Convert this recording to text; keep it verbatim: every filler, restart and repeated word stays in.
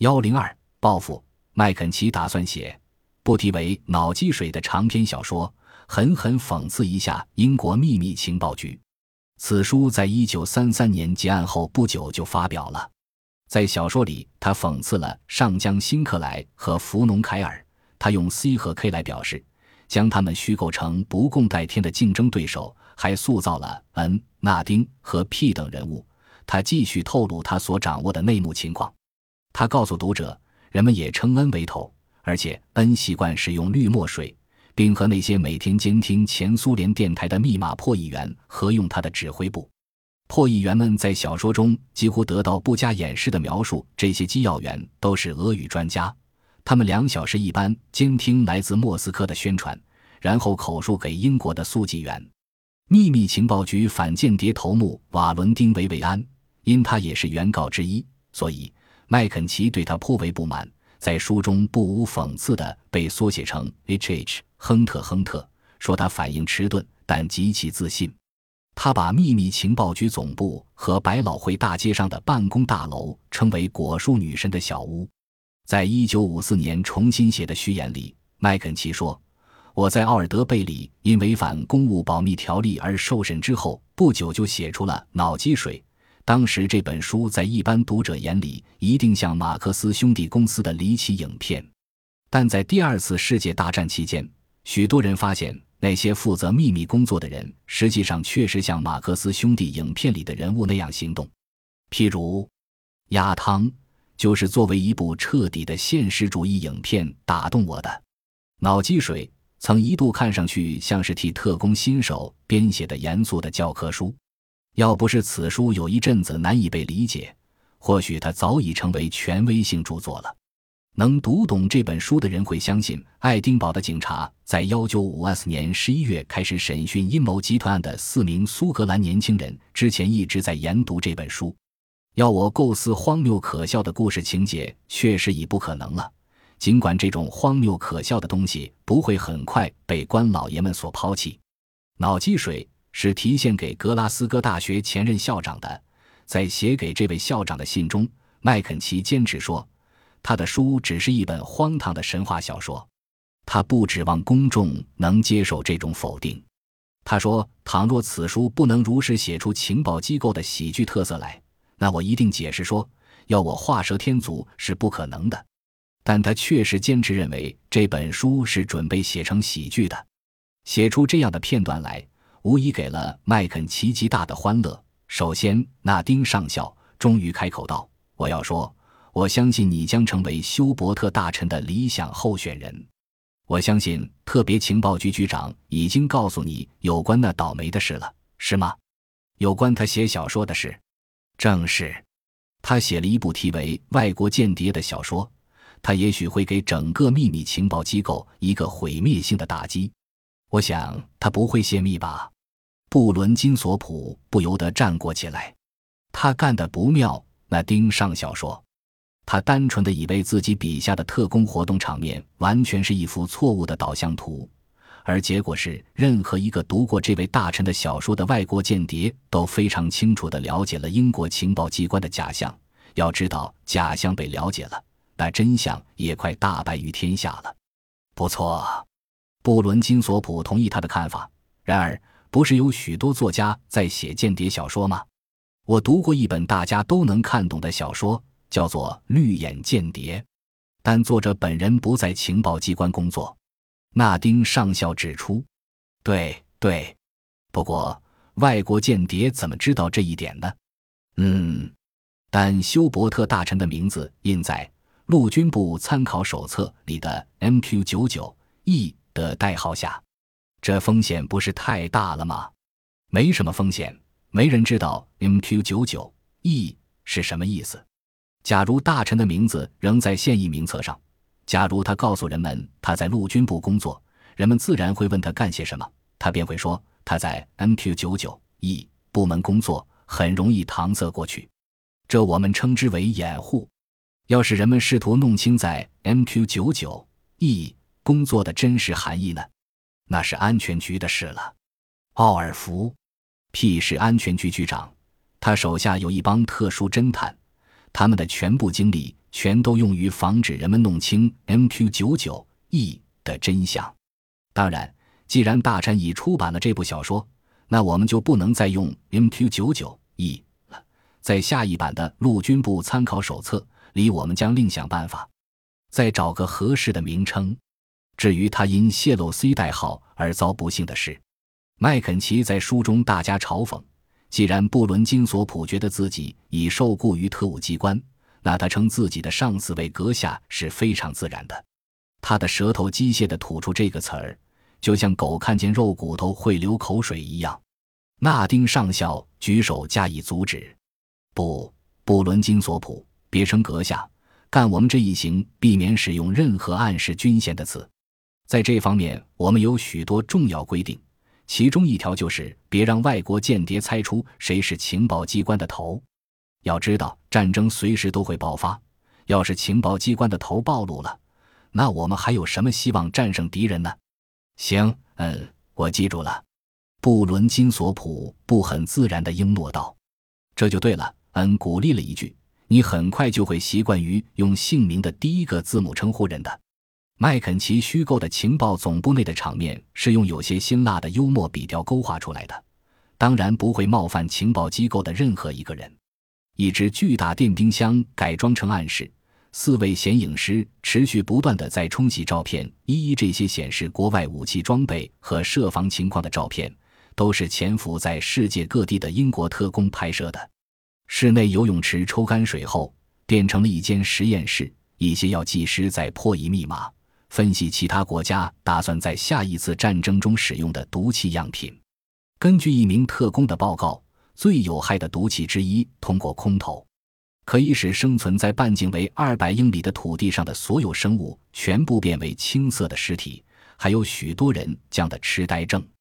一零二报复。麦肯齐打算写不题为《脑积水》的长篇小说，狠狠讽刺一下英国秘密情报局。此书在一九三三年结案后不久就发表了。在小说里，他讽刺了上将辛克莱和弗农凯尔，他用 C 和 K 来表示，将他们虚构成不共戴天的竞争对手，还塑造了 N、纳丁和 P 等人物。他继续透露他所掌握的内幕情况。他告诉读者，人们也称 N 为头，而且 N 习惯使用绿墨水，并和那些每天监听前苏联电台的密码破译员合用他的指挥部。破译员们在小说中几乎得到不加掩饰的描述，这些机要员都是俄语专家，他们两小时一班监听来自莫斯科的宣传，然后口述给英国的速记员。秘密情报局反间谍头目瓦伦丁·维维安，因他也是原告之一，所以麦肯齐对他颇为不满，在书中不无讽刺地被缩写成 H H 亨特亨特，说他反应迟钝，但极其自信。他把秘密情报局总部和百老汇大街上的办公大楼称为果树女神的小屋。在一九五四年重新写的序言里，麦肯齐说，我在奥尔德贝里因违反公务保密条例而受审之后不久就写出了《脑积水》，当时这本书在一般读者眼里一定像马克思兄弟公司的离奇影片。但在第二次世界大战期间，许多人发现那些负责秘密工作的人实际上确实像马克思兄弟影片里的人物那样行动。譬如鸭汤就是作为一部彻底的现实主义影片打动我的。脑积水曾一度看上去像是替特工新手编写的严肃的教科书，要不是此书有一阵子难以被理解，或许它早已成为权威性著作了。能读懂这本书的人会相信，爱丁堡的警察在一九五二年十一月开始审讯阴谋集团案的四名苏格兰年轻人之前一直在研读这本书。要我构思荒谬可笑的故事情节确实已不可能了，尽管这种荒谬可笑的东西不会很快被官老爷们所抛弃。脑积水是题献给格拉斯哥大学前任校长的，在写给这位校长的信中，麦肯齐坚持说，他的书只是一本荒唐的神话小说，他不指望公众能接受这种否定。他说，倘若此书不能如实写出情报机构的喜剧特色来，那我一定解释说，要我画蛇添足是不可能的。但他确实坚持认为这本书是准备写成喜剧的。写出这样的片段来，无疑给了麦肯齐极大的欢乐。首先，纳丁上校终于开口道，我要说，我相信你将成为休伯特大臣的理想候选人。我相信特别情报局局长已经告诉你有关那倒霉的事了，是吗？有关他写小说的事。正是。他写了一部题为《外国间谍》的小说，他也许会给整个秘密情报机构一个毁灭性的打击。我想他不会泄密吧？布伦金索普不由得站过起来。他干得不妙，那丁上校说。他单纯地以为自己笔下的特工活动场面完全是一幅错误的导向图，而结果是任何一个读过这位大臣的小说的外国间谍都非常清楚地了解了英国情报机关的假象。要知道，假象被了解了，那真相也快大白于天下了。不错，布伦金索普同意他的看法。然而，不是有许多作家在写间谍小说吗？我读过一本大家都能看懂的小说，叫做《绿眼间谍》，但作者本人不在情报机关工作。纳丁上校指出，对对，不过外国间谍怎么知道这一点呢？嗯，但休伯特大臣的名字印在陆军部参考手册里的 M Q 九十九 E 的代号下，这风险不是太大了吗？没什么风险，没人知道 M Q 九十九 E 是什么意思。假如大臣的名字仍在现役名册上，假如他告诉人们他在陆军部工作，人们自然会问他干些什么，他便会说他在 M Q 九十九 E 部门工作，很容易搪塞过去。这我们称之为掩护。要是人们试图弄清在 M Q 九十九 E 工作的真实含义呢？那是安全局的事了。奥尔福 P 是安全局局长，他手下有一帮特殊侦探，他们的全部精力全都用于防止人们弄清 M Q 九九 E 的真相。当然，既然大臣已出版了这部小说，那我们就不能再用 M Q 九九 E 了。在下一版的陆军部参考手册里，我们将另想办法，再找个合适的名称。至于他因泄露 C 代号而遭不幸的事，麦肯齐在书中大加嘲讽。既然布伦金索普觉得自己已受雇于特务机关，那他称自己的上司为阁下是非常自然的。他的舌头机械地吐出这个词儿，就像狗看见肉骨头会流口水一样。纳丁上校举手加以阻止。不，布伦金索普，别称阁下，干我们这一行避免使用任何暗示军衔的词。在这方面我们有许多重要规定，其中一条就是别让外国间谍猜出谁是情报机关的头。要知道战争随时都会爆发，要是情报机关的头暴露了，那我们还有什么希望战胜敌人呢？行，嗯，我记住了。布伦金索普不很自然地应诺道。这就对了，恩鼓励了一句，你很快就会习惯于用姓名的第一个字母称呼人的。麦肯齐虚构的情报总部内的场面是用有些辛辣的幽默笔调勾画出来的，当然不会冒犯情报机构的任何一个人。一只巨大电冰箱改装成暗室，四位显影师持续不断地在冲洗照片，一一这些显示国外武器装备和设防情况的照片都是潜伏在世界各地的英国特工拍摄的。室内游泳池抽干水后变成了一间实验室，一些药剂师在破译密码，分析其他国家打算在下一次战争中使用的毒气样品。根据一名特工的报告，最有害的毒气之一通过空投，可以使生存在半径为二百英里的土地上的所有生物全部变为青色的尸体，还有许多人将的痴呆症。